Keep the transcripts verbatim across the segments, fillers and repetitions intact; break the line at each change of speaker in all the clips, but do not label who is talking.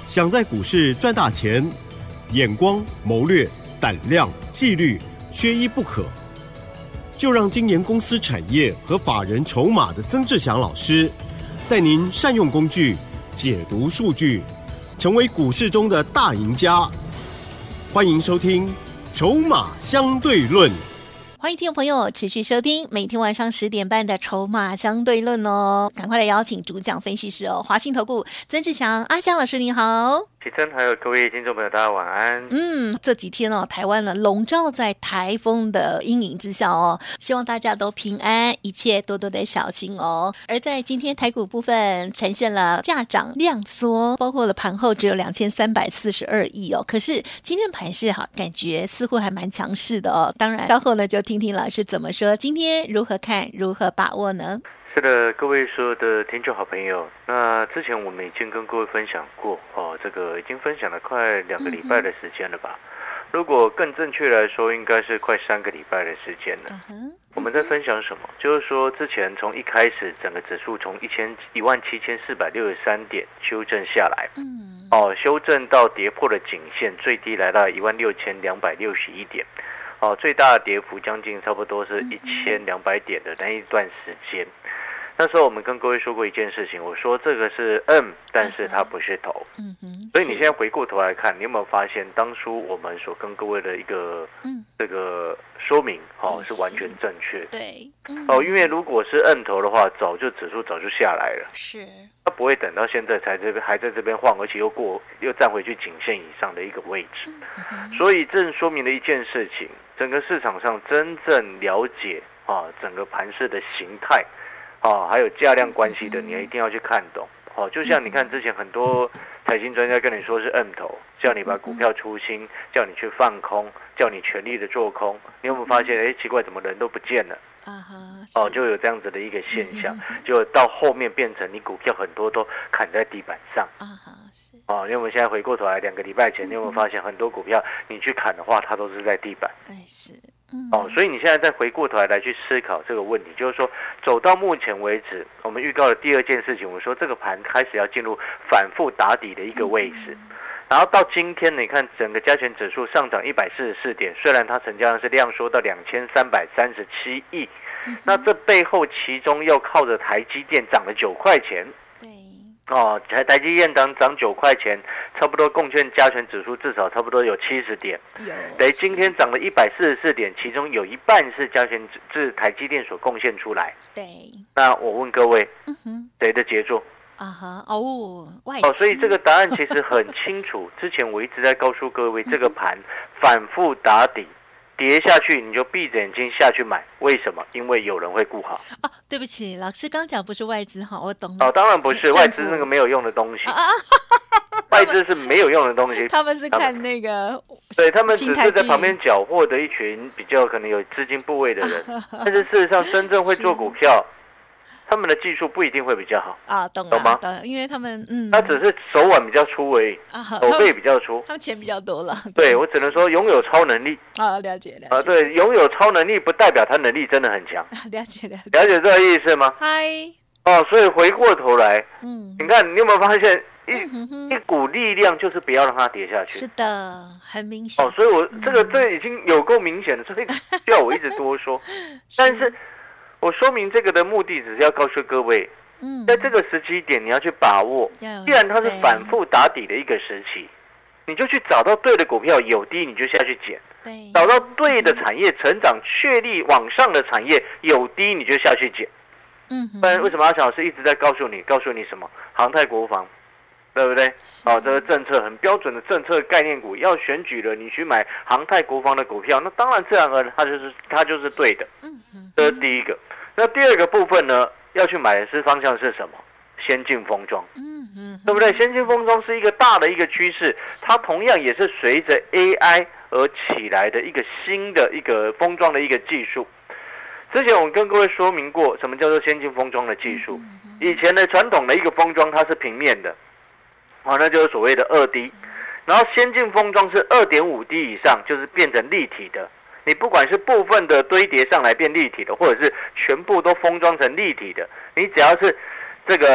想在股市赚大钱，眼光、谋略、胆量、纪律，缺一不可。就让金研公司产业和法人筹码的曾志祥老师，带您善用工具，解读数据，成为股市中的大赢家。欢迎收听《筹码相对论》。
欢迎听众朋友持续收听每天晚上十点半的筹码相对论哦，赶快来邀请主讲分析师哦，华信投顾曾志祥阿祥老师您好。
启真还有各位听众朋友大家晚安。
嗯，这几天哦，台湾呢笼罩在台风的阴影之下哦，希望大家都平安，一切多多的小心哦。而在今天台股部分呈现了价涨量缩，包括了盘后只有两千三百四十二亿哦，可是今天盘势哈，感觉似乎还蛮强势的哦。当然，稍后呢就听听老师怎么说，今天如何看，如何把握呢？
是的，各位所有的听众好朋友，那之前我们已经跟各位分享过哦，这个已经分享了快两个礼拜的时间了吧？如果更正确来说，应该是快三个礼拜的时间了。我们在分享什么？就是说，之前从一开始，整个指数从一千一万七千四百六十三点修正下来，嗯，哦，修正到跌破了颈线，最低来到一万六千两百六十一点，哦，最大的跌幅将近差不多是一千两百点的那一段时间。那时候我们跟各位说过一件事情，我说这个是 M， 但是它不是头。嗯哼，所以你现在回过头来看，你有没有发现当初我们所跟各位的一个、嗯、这个说明，哦，是完全正确的。
对，
嗯、哦，因为如果是 M 头的话，早就指数早就下来了。
是，
它不会等到现在才这边还在这边晃，而且又过又站回去颈线以上的一个位置。嗯、所以正说明了一件事情，整个市场上真正了解啊整个盘势的形态。哦，还有价量关系的，你一定要去看懂。哦，就像你看之前很多财经专家跟你说是 M 头，叫你把股票出清，叫你去放空，叫你全力的做空。你有没有发现？哎，奇怪，怎么人都不见了？哦，就有这样子的一个现象，就到后面变成你股票很多都砍在地板上。哦，因为我们现在回过头来，两个礼拜前，你有没有发现很多股票你去砍的话，它都是在地板？
哎，是。
哦，所以你现在再回过头来来去思考这个问题，就是说走到目前为止，我们预告的第二件事情，我说这个盘开始要进入反复打底的一个位置，然后到今天你看整个加权指数上涨一百四十四点，虽然它成交量是量缩到两千三百三十七亿，那这背后其中又靠着台积电涨了九块钱。哦，台台积电涨涨九块钱，差不多贡献加权指数至少差不多有七十点。等于今天涨了一百四十四点，其中有一半是加权是台积电所贡献出来。
对。
那我问各位，嗯哼，谁的杰作？
啊哈，哦，外资。
哦，所以这个答案其实很清楚。之前我一直在告诉各位，这个盘反复打底。跌下去你就闭着眼睛下去买，为什么？因为有人会顾好。
哦，对不起，老师刚讲不是外资哈，我懂了。
哦，当然不是，外资那个没有用的东西。啊、外资是没有用的东西。
他们是看那个，
对他们只是在旁边缴获的一群比较可能有资金部位的人，但是事实上真正会做股票。他们的技术不一定会比较好
啊，懂
懂吗？
懂，因为他们嗯，
他只是手腕比较粗而已，啊、手背比较粗，
他们钱比较多了。
对, 对我只能说拥有超能力
啊，了解了解。
啊，对，拥有超能力不代表他能力真的很强。
了解了解，
了解这个意思吗？
嗨，
哦，所以回过头来，嗯，你看你有没有发现一、嗯、一股力量就是不要让它跌下去？
是的，很明显。
哦，所以我这个这已经有够明显的，所以需要我一直多说。但是。我说明这个的目的，只是要告诉各位，嗯，在这个时期点你要去把握。既然它是反复打底的一个时期，你就去找到对的股票，有低你就下去捡；找到对的产业成长确立往上的产业，有低你就下去捡。嗯，不然为什么阿强老师一直在告诉你，告诉你什么？航太国防，对不对？哦，这个政策很标准的政策概念股，要选举了，你去买航太国防的股票，那当然自然而然它就是它就是对的。嗯，这是第一个。那第二个部分呢，要去买的是方向是什么？先进封装，嗯嗯，对不对？先进封装是一个大的一个趋势，它同样也是随着 A I 而起来的一个新的一个封装的一个技术。之前我跟各位说明过，什么叫做先进封装的技术？以前的传统的一个封装它是平面的，啊，那就是所谓的二 D， 然后先进封装是 二点五 D 以上，就是变成立体的。你不管是部分的堆叠上来变立体的，或者是全部都封装成立体的，你只要是这个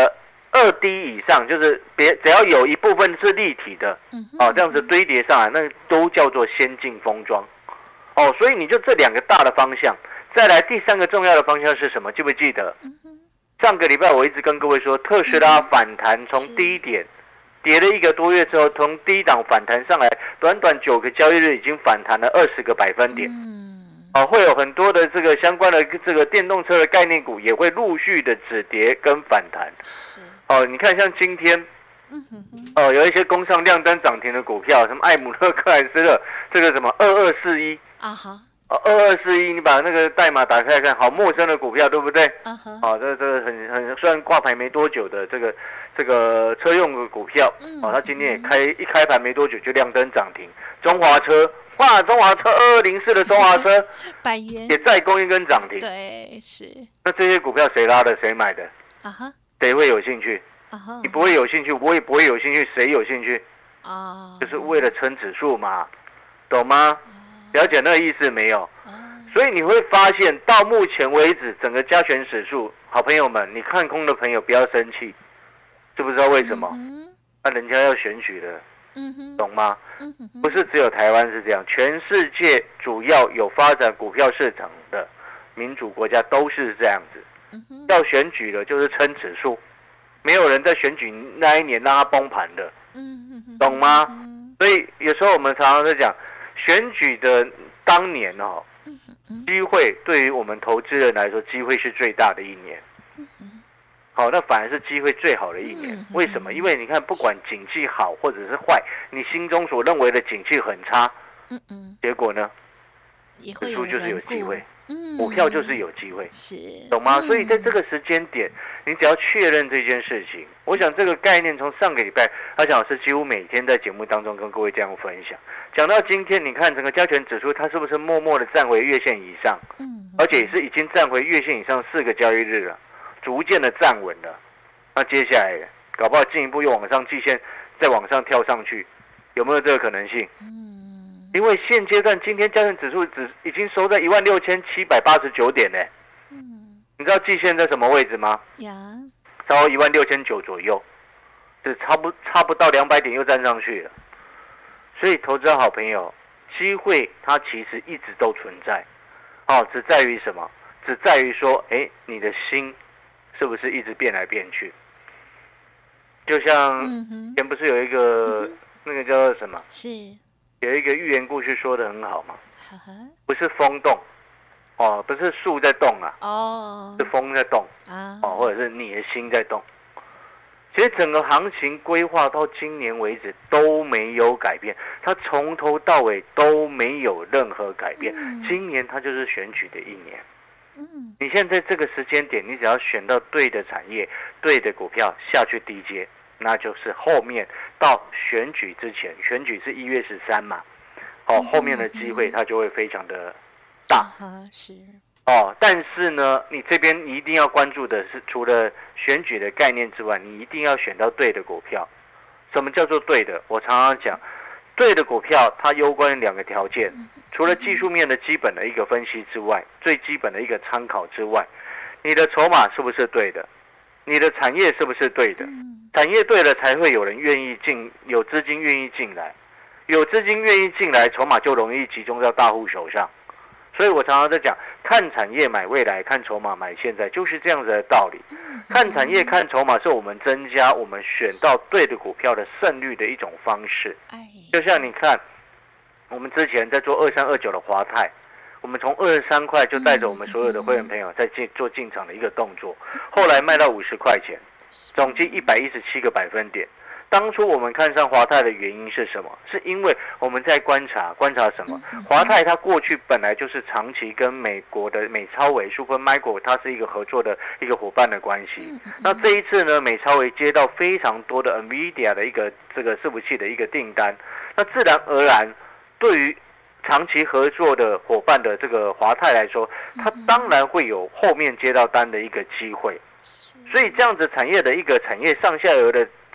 二 D 以上，就是别只要有一部分是立体的，哦，这样子堆叠上来，那都叫做先进封装。哦，所以你就这两个大的方向，再来第三个重要的方向是什么？记不记得？上个礼拜我一直跟各位说，特斯拉反弹从低点跌了一个多月之后，从低档反弹上来，短短九个交易日已经反弹了二十个百分点。哦，会有很多的这个相关的这个电动车的概念股也会陆续的止跌跟反弹。哦，你看像今天，哦，有一些攻上亮灯涨停的股票，什么艾姆勒、克莱斯勒，这个什么二二四一啊哈，哦二二四一，你把那个代码打开来看，好陌生的股票，对不对？啊哈，哦，这这个很很虽然挂牌没多久的这个这个车用的股票，哦，它今天也开一开盘没多久就亮灯涨停，中华车。哇，中华车二二零四的中华车，百元也再攻一根涨停。
对，是。
那这些股票谁拉的？谁买的？啊哈，谁会有兴趣？啊哈，你不会有兴趣，我也不会有兴趣，谁有兴趣？啊，就是为了撑指数嘛，懂吗？了解那个意思没有？所以你会发现，到目前为止，整个加权指数，好朋友们，你看空的朋友不要生气，知不知道为什么？那人家要选举的。懂吗？不是只有台湾是这样，全世界主要有发展股票市场的民主国家都是这样子。要选举了就是撑指数，没有人在选举那一年让它崩盘的，懂吗？所以有时候我们常常在讲，选举的当年哦，机会对于我们投资人来说，机会是最大的一年。好，那反而是机会最好的一年。为什么？因为你看，不管景气好或者是坏，你心中所认为的景气很差，结果呢，指数就是有机会，股票就是有机会，懂吗？所以在这个时间点，你只要确认这件事情，我想这个概念从上个礼拜，阿强老师几乎每天在节目当中跟各位这样分享。讲到今天，你看整个加权指数，它是不是默默的站回月线以上？而且也是已经站回月线以上四个交易日了。逐渐的站稳了，那接下来搞不好进一步又往上季线再往上跳上去，有没有这个可能性？嗯，因为现阶段今天加权指数只已经收在一万六千七百八十九点呢。嗯，你知道季线在什么位置吗？呀，超一万六千九左右，是差不差不到两百点又站上去了。所以投资好朋友，机会它其实一直都存在，哦，只在于什么？只在于说，哎，你的心。是不是一直变来变去？就像前不是有一个、嗯、那个叫什么？是有一个寓言故事说得很好嘛？不是风动，哦，不是树在动啊，哦，是风在动啊，哦，或者是你的心在动。其实整个行情规划到今年为止都没有改变，它从头到尾都没有任何改变。嗯、今年它就是选举的一年。你现在这个时间点，你只要选到对的产业、对的股票下去低接，那就是后面到选举之前，选举是一月十三嘛，哦，后面的机会它就会非常的大。是哦，但是呢，你这边你一定要关注的是，除了选举的概念之外，你一定要选到对的股票。什么叫做对的？我常常讲，对的股票它攸关两个条件。除了技术面的基本的一个分析之外，最基本的一个参考之外，你的筹码是不是对的？你的产业是不是对的？产业对了，才会有人愿意进，有资金愿意进来，有资金愿意进来，筹码就容易集中到大户手上。所以我常常在讲，看产业买未来，看筹码买现在，就是这样子的道理。看产业看筹码是我们增加我们选到对的股票的胜率的一种方式。就像你看。我们之前在做二三二九的华泰，我们从二十三块就带着我们所有的会员朋友在进做进场的一个动作，后来卖到五十块钱，总计一百一十七个百分点。当初我们看上华泰的原因是什么？是因为我们在观察观察什么？华泰它过去本来就是长期跟美国的美超微 Supermicro 它是一个合作的一个伙伴的关系。那这一次呢，美超微接到非常多的 NVIDIA 的一个这个伺服器的一个订单，那自然而然。对于长期合作的伙伴的这个华泰来说，它当然会有后面接到单的一个机会，所以这样子产业的一个产业上下游的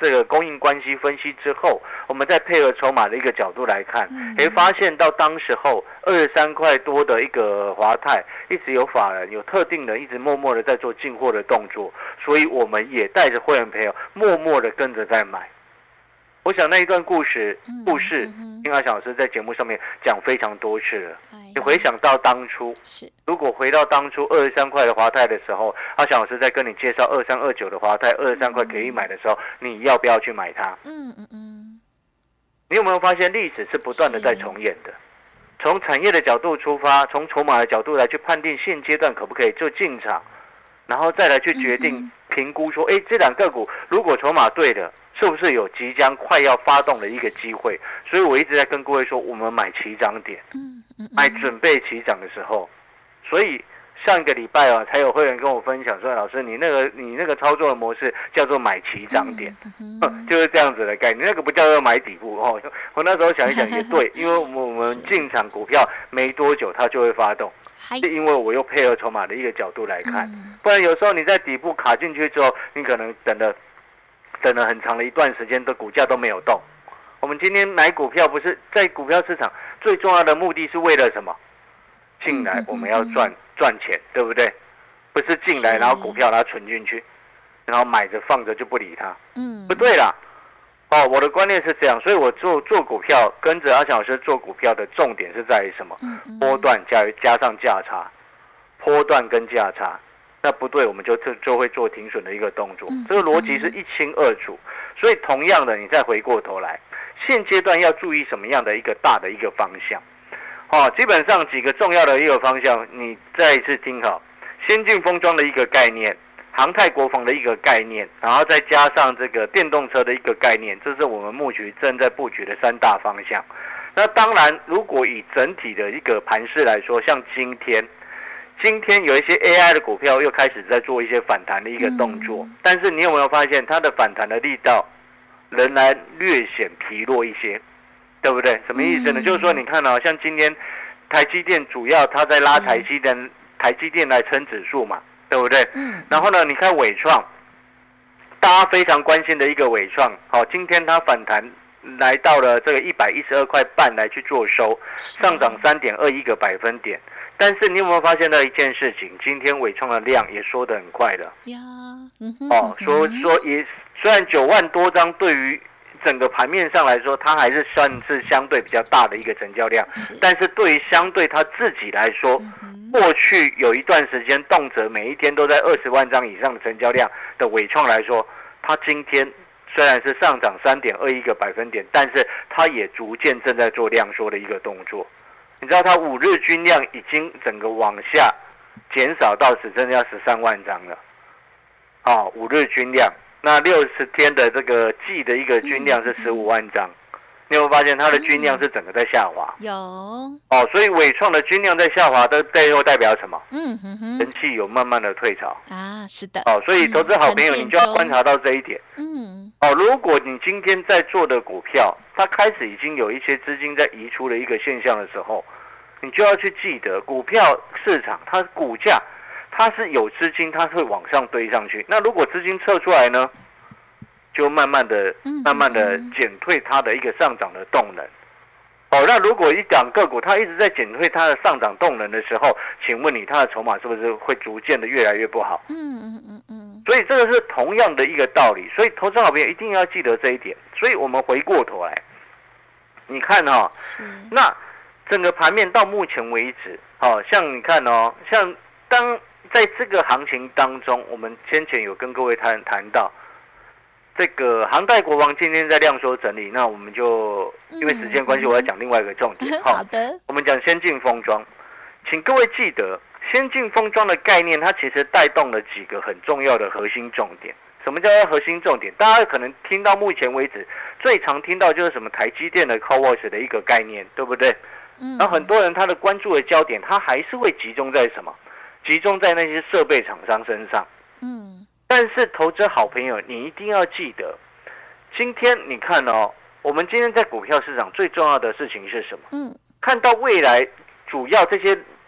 这个供应关系分析之后，我们再配合筹码的一个角度来看，会发现到当时候二十三块多的一个华泰，一直有法人有特定的一直默默的在做进货的动作，所以我们也带着会员朋友默默的跟着在买。我想那一段故事故事，听阿翔老师在节目上面讲非常多次了。你回想到当初，如果回到当初二十三块的华泰的时候，阿翔老师在跟你介绍二三二九的华泰，二十三块可以买的时候，你要不要去买它？嗯嗯嗯。你有没有发现历史是不断的在重演的？从产业的角度出发，从筹码的角度来去判定现阶段可不可以做进场，然后再来去决定评估说，哎，这两个股如果筹码对的，是不是有即将快要发动的一个机会？所以我一直在跟各位说，我们买起涨点，买准备起涨的时候。所以上一个礼拜啊，才有会员跟我分享说，老师，你那个你那个操作的模式叫做买起涨点，就是这样子的概念，那个不叫做买底部哦。我那时候想一想也对，因为我们进场股票没多久它就会发动。是因为我又配合筹码的一个角度来看，不然有时候你在底部卡进去之后，你可能等了等了很长的一段时间的股价都没有动。我们今天买股票不是在股票市场最重要的目的是为了什么？进来我们要赚赚钱，对不对？不是进来然后股票它存进去，然后买着放着就不理它，嗯，不对啦。哦，我的观念是这样，所以我做做股票，跟着阿翔老师做股票的重点是在于什么？波段加加上价差，波段跟价差，那不对，我们就就就会做停损的一个动作。这个逻辑是一清二楚。所以同样的，你再回过头来，现阶段要注意什么样的一个大的一个方向？哦，基本上几个重要的一个方向，你再一次听好，先进封装的一个概念。航太国防的一个概念，然后再加上这个电动车的一个概念，这是我们布局正在布局的三大方向。那当然，如果以整体的一个盘势来说，像今天，今天有一些 A I 的股票又开始在做一些反弹的一个动作，嗯、但是你有没有发现它的反弹的力道仍然略显疲弱一些，对不对？什么意思呢？嗯、就是说，你看啊，像今天台积电主要它在拉台积电，台积电来撑指数嘛。对不对？嗯。然后呢，你看伟创，大家非常关心的一个伟创，好、哦，今天它反弹来到了这个一百一十二块半来去做收，上涨三点二一个百分点。但是你有没有发现到一件事情？今天伟创的量也缩得很快的。呀，嗯哼。哦，说说也虽然九万多张，对于整个盘面上来说，它还是算是相对比较大的一个成交量，是但是对于相对它自己来说。嗯过去有一段时间，动辄每一天都在二十万张以上的成交量的伟创来说，它今天虽然是上涨三点二一个百分点，但是它也逐渐正在做量缩的一个动作。你知道它五日均量已经整个往下减少到只剩下十三万张了，哦，五日均量，那六十天的这个季的一个均量是十五万张。你有没有发现它的均量是整个在下滑？
有
哦，所以伟创的均量在下滑，的背后代表什么？嗯哼哼，人气有慢慢的退潮
啊，是的。
哦，所以投资好朋友，你就要观察到这一点。嗯，哦，如果你今天在做的股票，它开始已经有一些资金在移出的一个现象的时候，你就要去记得，股票市场它股价它是有资金，它会往上堆上去。那如果资金撤出来呢？就慢慢的、慢慢的减退它的一个上涨的动能。哦，那如果一档个股它一直在减退它的上涨动能的时候，请问你它的筹码是不是会逐渐的越来越不好？嗯嗯嗯嗯。所以这个是同样的一个道理，所以投资好朋友一定要记得这一点。所以我们回过头来，你看哦，那整个盘面到目前为止，好、哦、像你看哦，像当在这个行情当中，我们先前有跟各位谈谈到。这个航太国防今天在量缩整理，那我们就因为时间关系，我要讲另外一个重点。
好的，
我们讲先进封装，请各位记得，先进封装的概念，它其实带动了几个很重要的核心重点。什么叫做核心重点？大家可能听到目前为止最常听到就是什么台积电的 C O V O S 的一个概念，对不对？嗯。然后很多人他的关注的焦点，他还是会集中在什么？集中在那些设备厂商身上。嗯。但是投资好朋友，你一定要记得，今天你看哦，我们今天在股票市场最重要的事情是什么？嗯，看到未来主要这些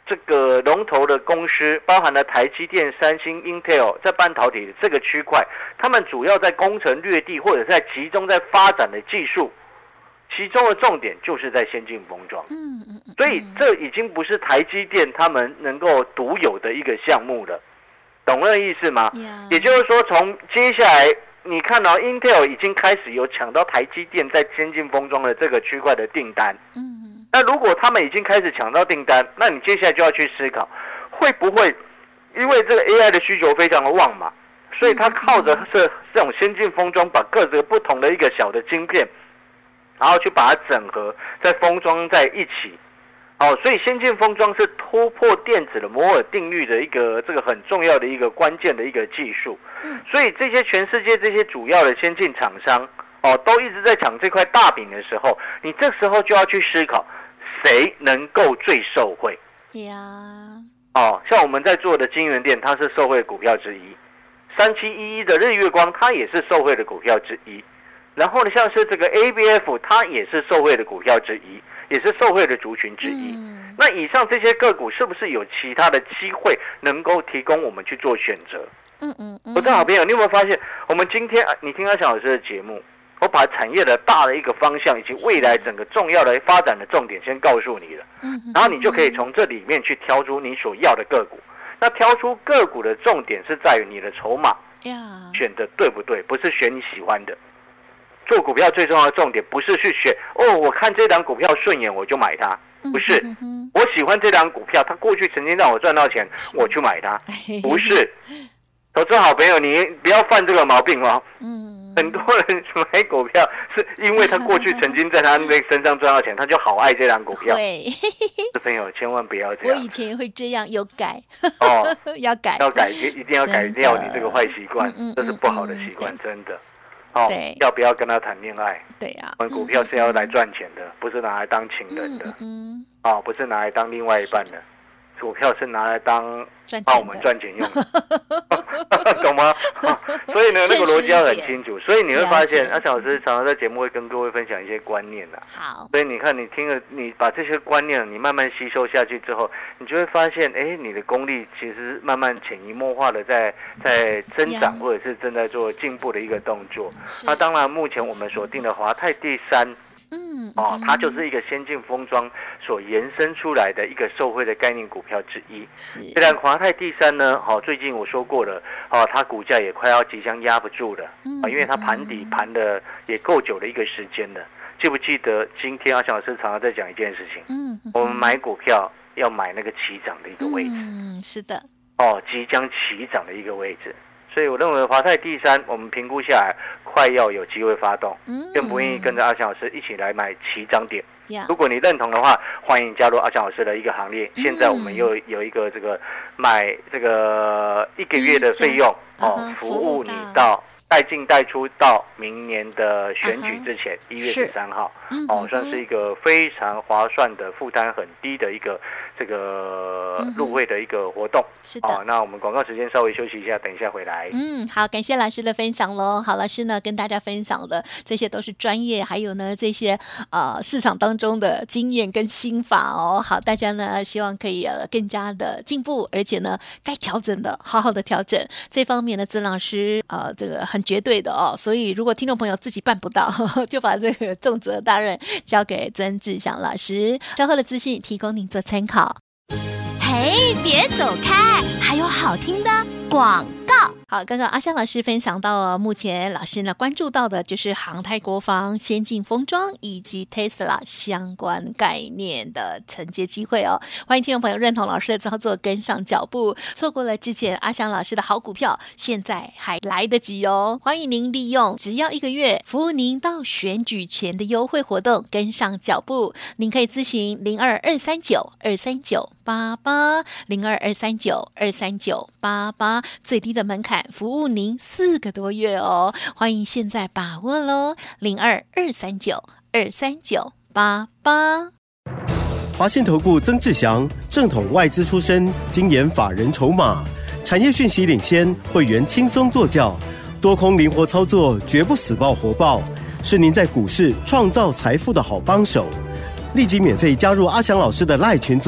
这个龙头的公司，包含了台积电、三星、Intel 在半导体的这个区块，他们主要在攻城略地或者在集中在发展的技术，其中的重点就是在先进封装。嗯嗯嗯。所以这已经不是台积电他们能够独有的一个项目了，懂那个意思吗？ Yeah. 也就是说，从接下来你看到 Intel 已经开始有抢到台积电在先进封装的这个区块的订单。嗯。那如果他们已经开始抢到订单，那你接下来就要去思考，会不会因为这个 A I 的需求非常的旺嘛，所以他靠着这这种先进封装，把各个不同的一个小的晶片，然后去把它整合，再封装在一起。哦，所以先进封装是突破电子的摩尔定律的一个这个很重要的一个关键的一个技术。所以这些全世界这些主要的先进厂商，哦，都一直在抢这块大饼的时候，你这时候就要去思考。谁能够最受惠？呀，哦，像我们在做的晶圆店，它是受惠股票之一；三七一一的日月光，它也是受惠的股票之一。然后呢，像是这个 A B F， 它也是受惠的股票之一，也是受惠的族群之一。嗯、那以上这些个股，是不是有其他的机会能够提供我们去做选择？嗯嗯嗯。我的好朋友，你有没有发现，我们今天你听阿翔老师的节目？我把产业的大的一个方向以及未来整个重要的发展的重点先告诉你了，然后你就可以从这里面去挑出你所要的个股。那挑出个股的重点是在于你的筹码选的对不对，不是选你喜欢的。做股票最重要的重点不是去选哦，我看这档股票顺眼我就买它，不是。我喜欢这档股票，它过去曾经让我赚到钱，我去买它，不是。投资好朋友，你不要犯这个毛病哦。嗯。很多人买股票是因为他过去曾经在他那身上赚到钱，他就好爱这档股票。对，这朋友千万不要这样。
我以前也会这样，有改
哦，
要改，
要改，一定要改掉你这个坏习惯，这是不好的习惯，真的。哦，要不要跟他谈恋爱？对呀，我们股票是要来赚钱的，不是拿来当情人的。嗯，哦，不是拿来当另外一半的。股票是拿来当帮我们赚钱用的，懂吗？所以呢，那个逻辑要很清楚。所以你会发现，阿翔老师常常在节目会跟各位分享一些观念的。好，所以你看，你听了，你把这些观念你慢慢吸收下去之后，你就会发现，哎，你的功力其实慢慢潜移默化的在在增长，或者是正在做进步的一个动作。那当然，目前我们锁定的华泰第三。嗯，哦，它就是一个先进封装所延伸出来的一个受惠的概念股票之一。是，虽然华泰第三呢，哦，最近我说过了，哦，它股价也快要即将压不住了，嗯，因为它盘底盘的也够久的一个时间了。记不记得今天阿翔老师常常在讲一件事情？嗯，我们买股票要买那个起涨的一个位置。
嗯，是的。
哦，即将起涨的一个位置。所以我认为华泰第三，我们评估下来快要有机会发动，愿不愿意跟着阿翔老师一起来买起涨点？ Yeah. 如果你认同的话，欢迎加入阿翔老师的一个行列。现在我们又有一个这个买这个一个月的费用哦，服务你到带进带出到明年的选举之前一月十三号哦，算是一个非常划算的、负担很低的一个这个入会的一个活动。是的，哦，那我们广告时间稍微休息一下，等一下回来。
嗯，好，感谢老师的分享喽。好，老师呢跟大家分享的这些都是专业，还有呢这些呃市场当中的经验跟心法哦。好，大家呢希望可以呃更加的进步，而且呢该调整的好好的调整。这方面呢，曾老师呃这个很绝对的哦。所以如果听众朋友自己办不到，呵呵就把这个重责大任交给曾志祥老师。稍后的资讯提供您做参考。
嘿，别走开，还有好听的广告。
好，刚刚阿香老师分享到哦，目前老师呢关注到的就是航太国防、先进封装以及 Tesla 相关概念的承接机会哦。欢迎听众朋友认同老师的操作，跟上脚步。错过了之前阿香老师的好股票，现在还来得及哦。欢迎您利用只要一个月，服务您到选举前的优惠活动，跟上脚步。您可以咨询零二二三九二三九八八零二二三九二三九八八，最低的门槛。服务您四个多月哦，欢迎现在把握咯，零二二三九二三九八八。
华信投顾曾志祥，正统外资出身，精研法人筹码，产业讯息领先，会员轻松做教，多空灵活操作，绝不死抱活抱，是您在股市创造财富的好帮手。立即免费加入阿翔老师的 LINE 群组。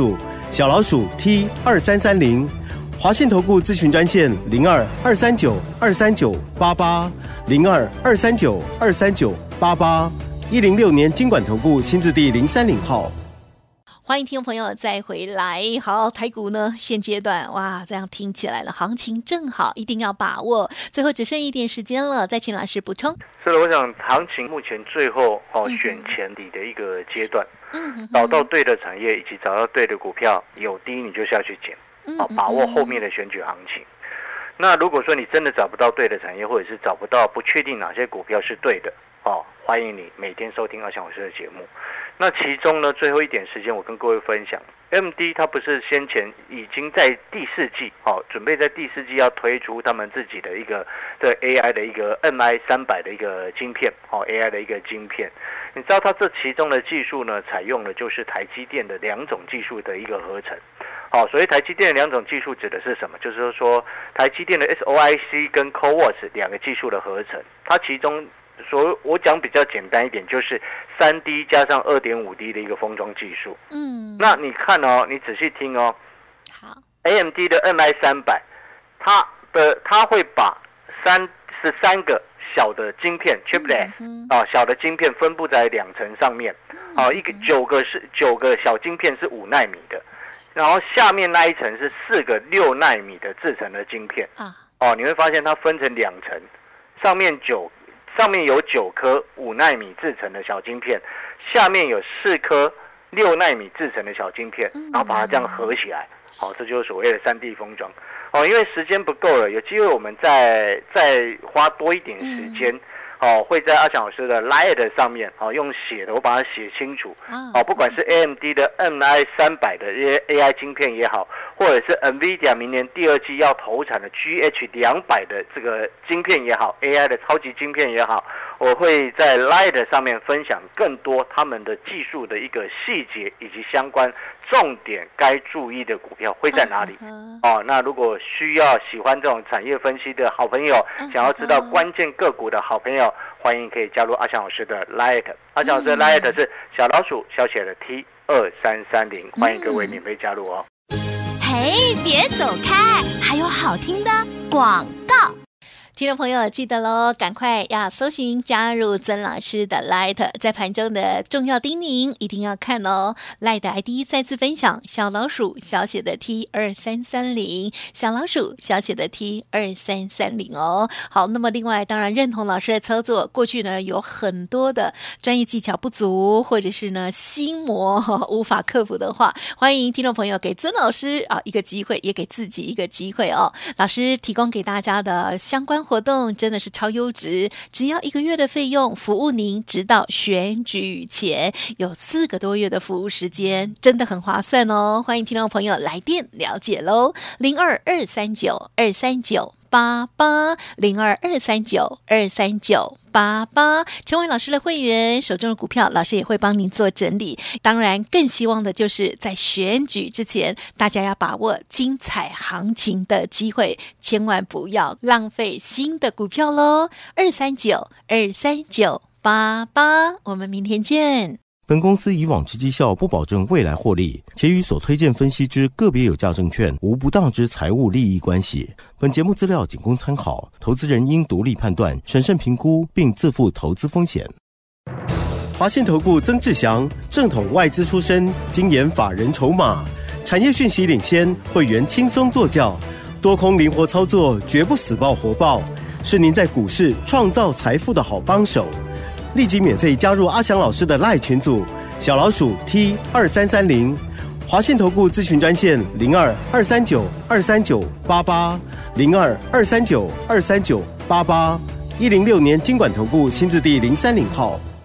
小老鼠 T 二三三零，华信投顾咨询专线零二二三九二三九八八零二二三九二三九八八，一零六年金管投顾新字第零三零号。
欢迎听众朋友再回来。好，台股呢现阶段哇，这样听起来了，行情正好，一定要把握。最后只剩一点时间了，再请老师补充。
是的，我想行情目前最后哦选前底的一个阶段，嗯，找到对的产业以及找到对的股票，有低你就下去捡，好，把握后面的选举行情。那如果说你真的找不到对的产业，或者是找不到不确定哪些股票是对的，哦，欢迎你每天收听阿翔老师的节目。那其中呢，最后一点时间，我跟各位分享 ，M D 它不是先前已经在第四季，哦，准备在第四季要推出他们自己的一个对 A I 的一个 M I 三百的一个晶片，哦 ，A I 的一个晶片。你知道它这其中的技术呢，采用的就是台积电的两种技术的一个合成。好，所以台积电的两种技术指的是什么？就是说台积电的 S O I C 跟 C O W A S 两个技术的合成，它其中。所以我讲比较简单一点，就是 三 D 加上 二点五 D 的一个封装技术。嗯，那你看哦，你仔细听哦。好 ，A M D 的 M I 三百，它的它会把三十三个小的晶片 chiplet 啊，小的晶片分布在两层上面。啊，一个九个是九个小晶片是五奈米的，然后下面那一层是四个六奈米的制成的晶片。啊，哦，你会发现它分成两层，上面九。上面有九颗五奈米制成的小晶片，下面有四颗六奈米制成的小晶片，然后把它这样合起来，好，这就是所谓的三 D 封装。哦，因为时间不够了，有机会我们再再花多一点时间。哦，会在阿翔老师的 Line 上面，哦，用写的，我把它写清楚。哦，不管是 A M D 的 M I 三百的 A I 晶片也好，或者是 NVIDIA 明年第二季要投产的 G H 两百的这个晶片也好 ，A I 的超级晶片也好，我会在 Line 上面分享更多他们的技术的一个细节以及相关重点该注意的股票会在哪里。哦，那如果需要喜欢这种产业分析的好朋友，想要知道关键个股的好朋友，欢迎可以加入阿翔老师的 Line， 阿翔老师的 Line 是小老鼠小写的 T 二三三零，欢迎各位免费加入哦。
嘿，别走开，还有好听的广告。
听众朋友记得咯，赶快要搜寻加入曾老师的 Light， 在盘中的重要叮咛一定要看哦。Light 的 I D 再次分享，小老鼠小写的 T 二三三零，小老鼠小写的 T 二三三零哦。好，那么另外当然认同老师的操作，过去呢有很多的专业技巧不足，或者是呢心魔、哦、无法克服的话，欢迎听众朋友给曾老师啊一个机会，也给自己一个机会哦。老师提供给大家的相关活动真的是超优质，只要一个月的费用，服务您直到选举前，有四个多月的服务时间，真的很划算哦。欢迎听众朋友来电了解喽，零二二三九二三九八八零二二三九二三九八八，成为老师的会员，手中的股票老师也会帮您做整理。当然更希望的就是在选举之前，大家要把握精彩行情的机会，千万不要浪费新的股票咯。二三九二三九八八，我们明天见。
本公司以往之绩效不保证未来获利，且与所推荐分析之个别有价证券无不当之财务利益关系。本节目资料仅供参考，投资人应独立判断、审慎评估，并自负投资风险。华信投顾曾志祥，正统外资出身，精研法人筹码，产业讯息领先，会员轻松做教，多空灵活操作，绝不死抱活抱，是您在股市创造财富的好帮手。立即免费加入阿翔老师的 LINE 群组，小老鼠 T 二三三零，华信投顾咨询专线零二二三九二三九八八零二二三九二三九八八，一零六年金管投顾新字第零三零号。